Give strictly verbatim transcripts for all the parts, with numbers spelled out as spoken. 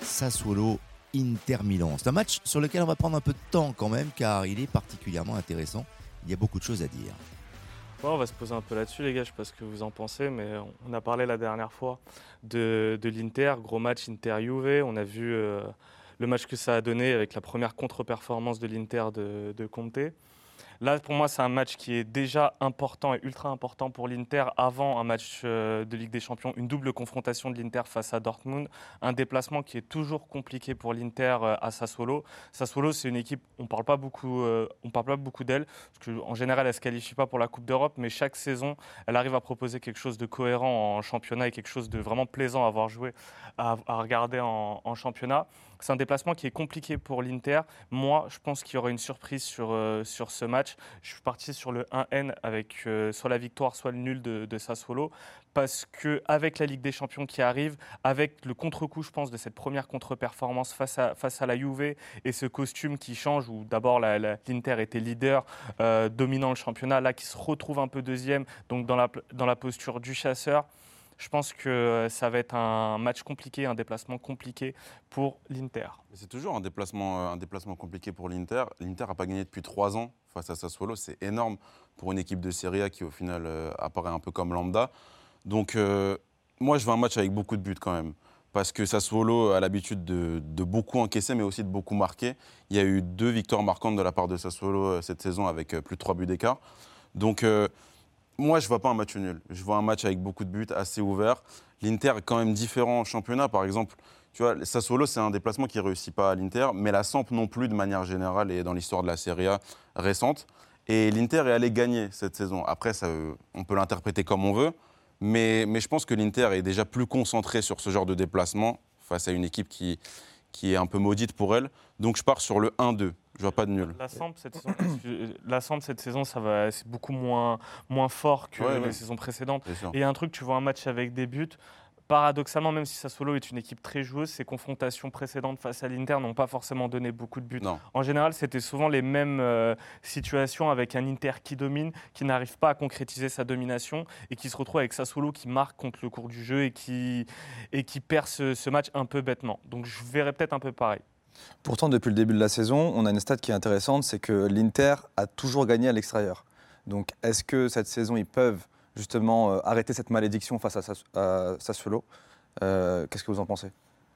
Sassuolo Inter Milan. C'est un match sur lequel on va prendre un peu de temps quand même, car il est particulièrement intéressant. Il y a beaucoup de choses à dire. Ouais, on va se poser un peu là-dessus, les gars. Je ne sais pas ce que vous en pensez, mais on a parlé la dernière fois de, de l'Inter. Gros match Inter-Juve. On a vu euh, le match que ça a donné avec la première contre-performance de l'Inter de, de Conte. Là, pour moi, c'est un match qui est déjà important et ultra important pour l'Inter avant un match de Ligue des Champions, une double confrontation de l'Inter face à Dortmund, un déplacement qui est toujours compliqué pour l'Inter à Sassuolo. Sassuolo, c'est une équipe, on ne parle pas beaucoup, euh, on parle pas beaucoup d'elle, parce qu'en général, elle ne se qualifie pas pour la Coupe d'Europe, mais chaque saison, elle arrive à proposer quelque chose de cohérent en championnat et quelque chose de vraiment plaisant à avoir joué, à, à regarder en, en championnat. C'est un déplacement qui est compliqué pour l'Inter. Moi, je pense qu'il y aura une surprise sur, euh, sur ce match. Je suis parti sur le un N avec euh, soit la victoire, soit le nul de, de Sassuolo. Parce qu'avec la Ligue des Champions qui arrive, avec le contre-coup, je pense, de cette première contre-performance face à, face à la Juve et ce costume qui change, où d'abord la, la, l'Inter était leader, euh, dominant le championnat, là qui se retrouve un peu deuxième, donc dans la, dans la posture du chasseur. Je pense que ça va être un match compliqué, un déplacement compliqué pour l'Inter. C'est toujours un déplacement, un déplacement compliqué pour l'Inter. L'Inter n'a pas gagné depuis trois ans face à Sassuolo. C'est énorme pour une équipe de Serie A qui, au final, euh, apparaît un peu comme lambda. Donc, euh, moi, je veux un match avec beaucoup de buts quand même. Parce que Sassuolo a l'habitude de, de beaucoup encaisser, mais aussi de beaucoup marquer. Il y a eu deux victoires marquantes de la part de Sassuolo cette saison avec plus de trois buts d'écart. Donc, euh, moi, je ne vois pas un match nul. Je vois un match avec beaucoup de buts, assez ouvert. L'Inter est quand même différent en championnat. Par exemple, tu vois, Sassuolo, c'est un déplacement qui ne réussit pas à l'Inter, mais la Samp non plus de manière générale et dans l'histoire de la Serie A récente. Et l'Inter est allé gagner cette saison. Après, ça, on peut l'interpréter comme on veut, mais, mais je pense que l'Inter est déjà plus concentré sur ce genre de déplacement face à une équipe qui, qui est un peu maudite pour elle. Donc, je pars sur le un deux. Je vois pas de nul. La Samp cette saison, la Samp cette saison, ça va, c'est beaucoup moins, moins fort que ouais, les ouais. saisons précédentes. Et un truc, tu vois un match avec des buts. Paradoxalement, même si Sassuolo est une équipe très joueuse, ses confrontations précédentes face à l'Inter n'ont pas forcément donné beaucoup de buts. Non. En général, c'était souvent les mêmes euh, situations avec un Inter qui domine, qui n'arrive pas à concrétiser sa domination et qui se retrouve avec Sassuolo qui marque contre le cours du jeu et qui, et qui perd ce, ce match un peu bêtement. Donc je verrais peut-être un peu pareil. Pourtant, depuis le début de la saison, on a une stat qui est intéressante, c'est que l'Inter a toujours gagné à l'extérieur. Donc, est-ce que cette saison, ils peuvent justement euh, arrêter cette malédiction face à, Sass- à Sassuolo euh, Qu'est-ce que vous en pensez ?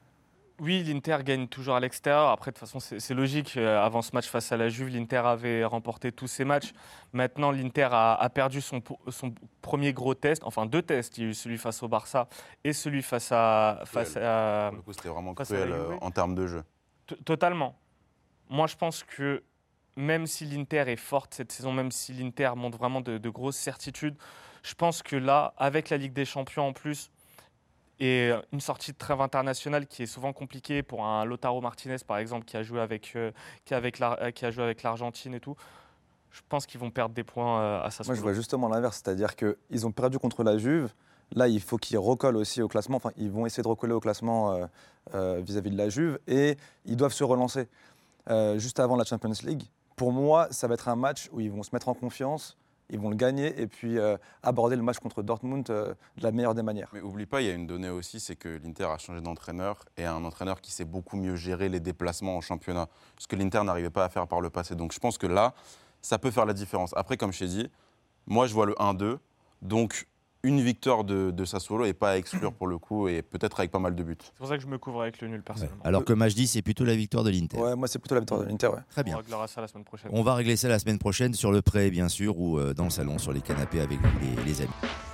Oui, l'Inter gagne toujours à l'extérieur. Après, de toute façon, c'est, c'est logique. Avant ce match face à la Juve, l'Inter avait remporté tous ses matchs. Maintenant, l'Inter a, a perdu son, son premier gros test, enfin deux tests. Il y a eu celui face au Barça et celui face à... Face à Pour le coup, c'était vraiment face cruel euh, en termes de jeu. Totalement. Moi, je pense que même si l'Inter est forte cette saison, même si l'Inter montre vraiment de, de grosses certitudes, je pense que là, avec la Ligue des Champions en plus, et une sortie de trêve internationale qui est souvent compliquée pour un Lautaro Martinez, par exemple, qui a joué avec, euh, qui, avec la, qui a joué avec l'Argentine et tout, je pense qu'ils vont perdre des points euh, à Sassuolo. Moi, je vois justement l'inverse, c'est-à-dire qu'ils ont perdu contre la Juve. Là, il faut qu'ils recollent aussi au classement. Enfin, ils vont essayer de recoller au classement euh, euh, vis-à-vis de la Juve et ils doivent se relancer euh, juste avant la Champions League. Pour moi, ça va être un match où ils vont se mettre en confiance, ils vont le gagner et puis euh, aborder le match contre Dortmund euh, de la meilleure des manières. Mais oublie pas, il y a une donnée aussi, c'est que l'Inter a changé d'entraîneur et un entraîneur qui sait beaucoup mieux gérer les déplacements en championnat, ce que l'Inter n'arrivait pas à faire par le passé. Donc je pense que là, ça peut faire la différence. Après, comme je t'ai dit, moi je vois le un deux, donc une victoire de, de Sassuolo n'est pas à exclure pour le coup et peut-être avec pas mal de buts. C'est pour ça que je me couvre avec le nul personnellement. Ouais. Alors que Majdi, c'est plutôt la victoire de l'Inter. Ouais, moi c'est plutôt la victoire de l'Inter. Ouais. Très bien. On réglera ça la semaine prochaine. On va régler ça la semaine prochaine sur le prêt, bien sûr, ou euh, dans le salon, sur les canapés avec vous, les, les amis.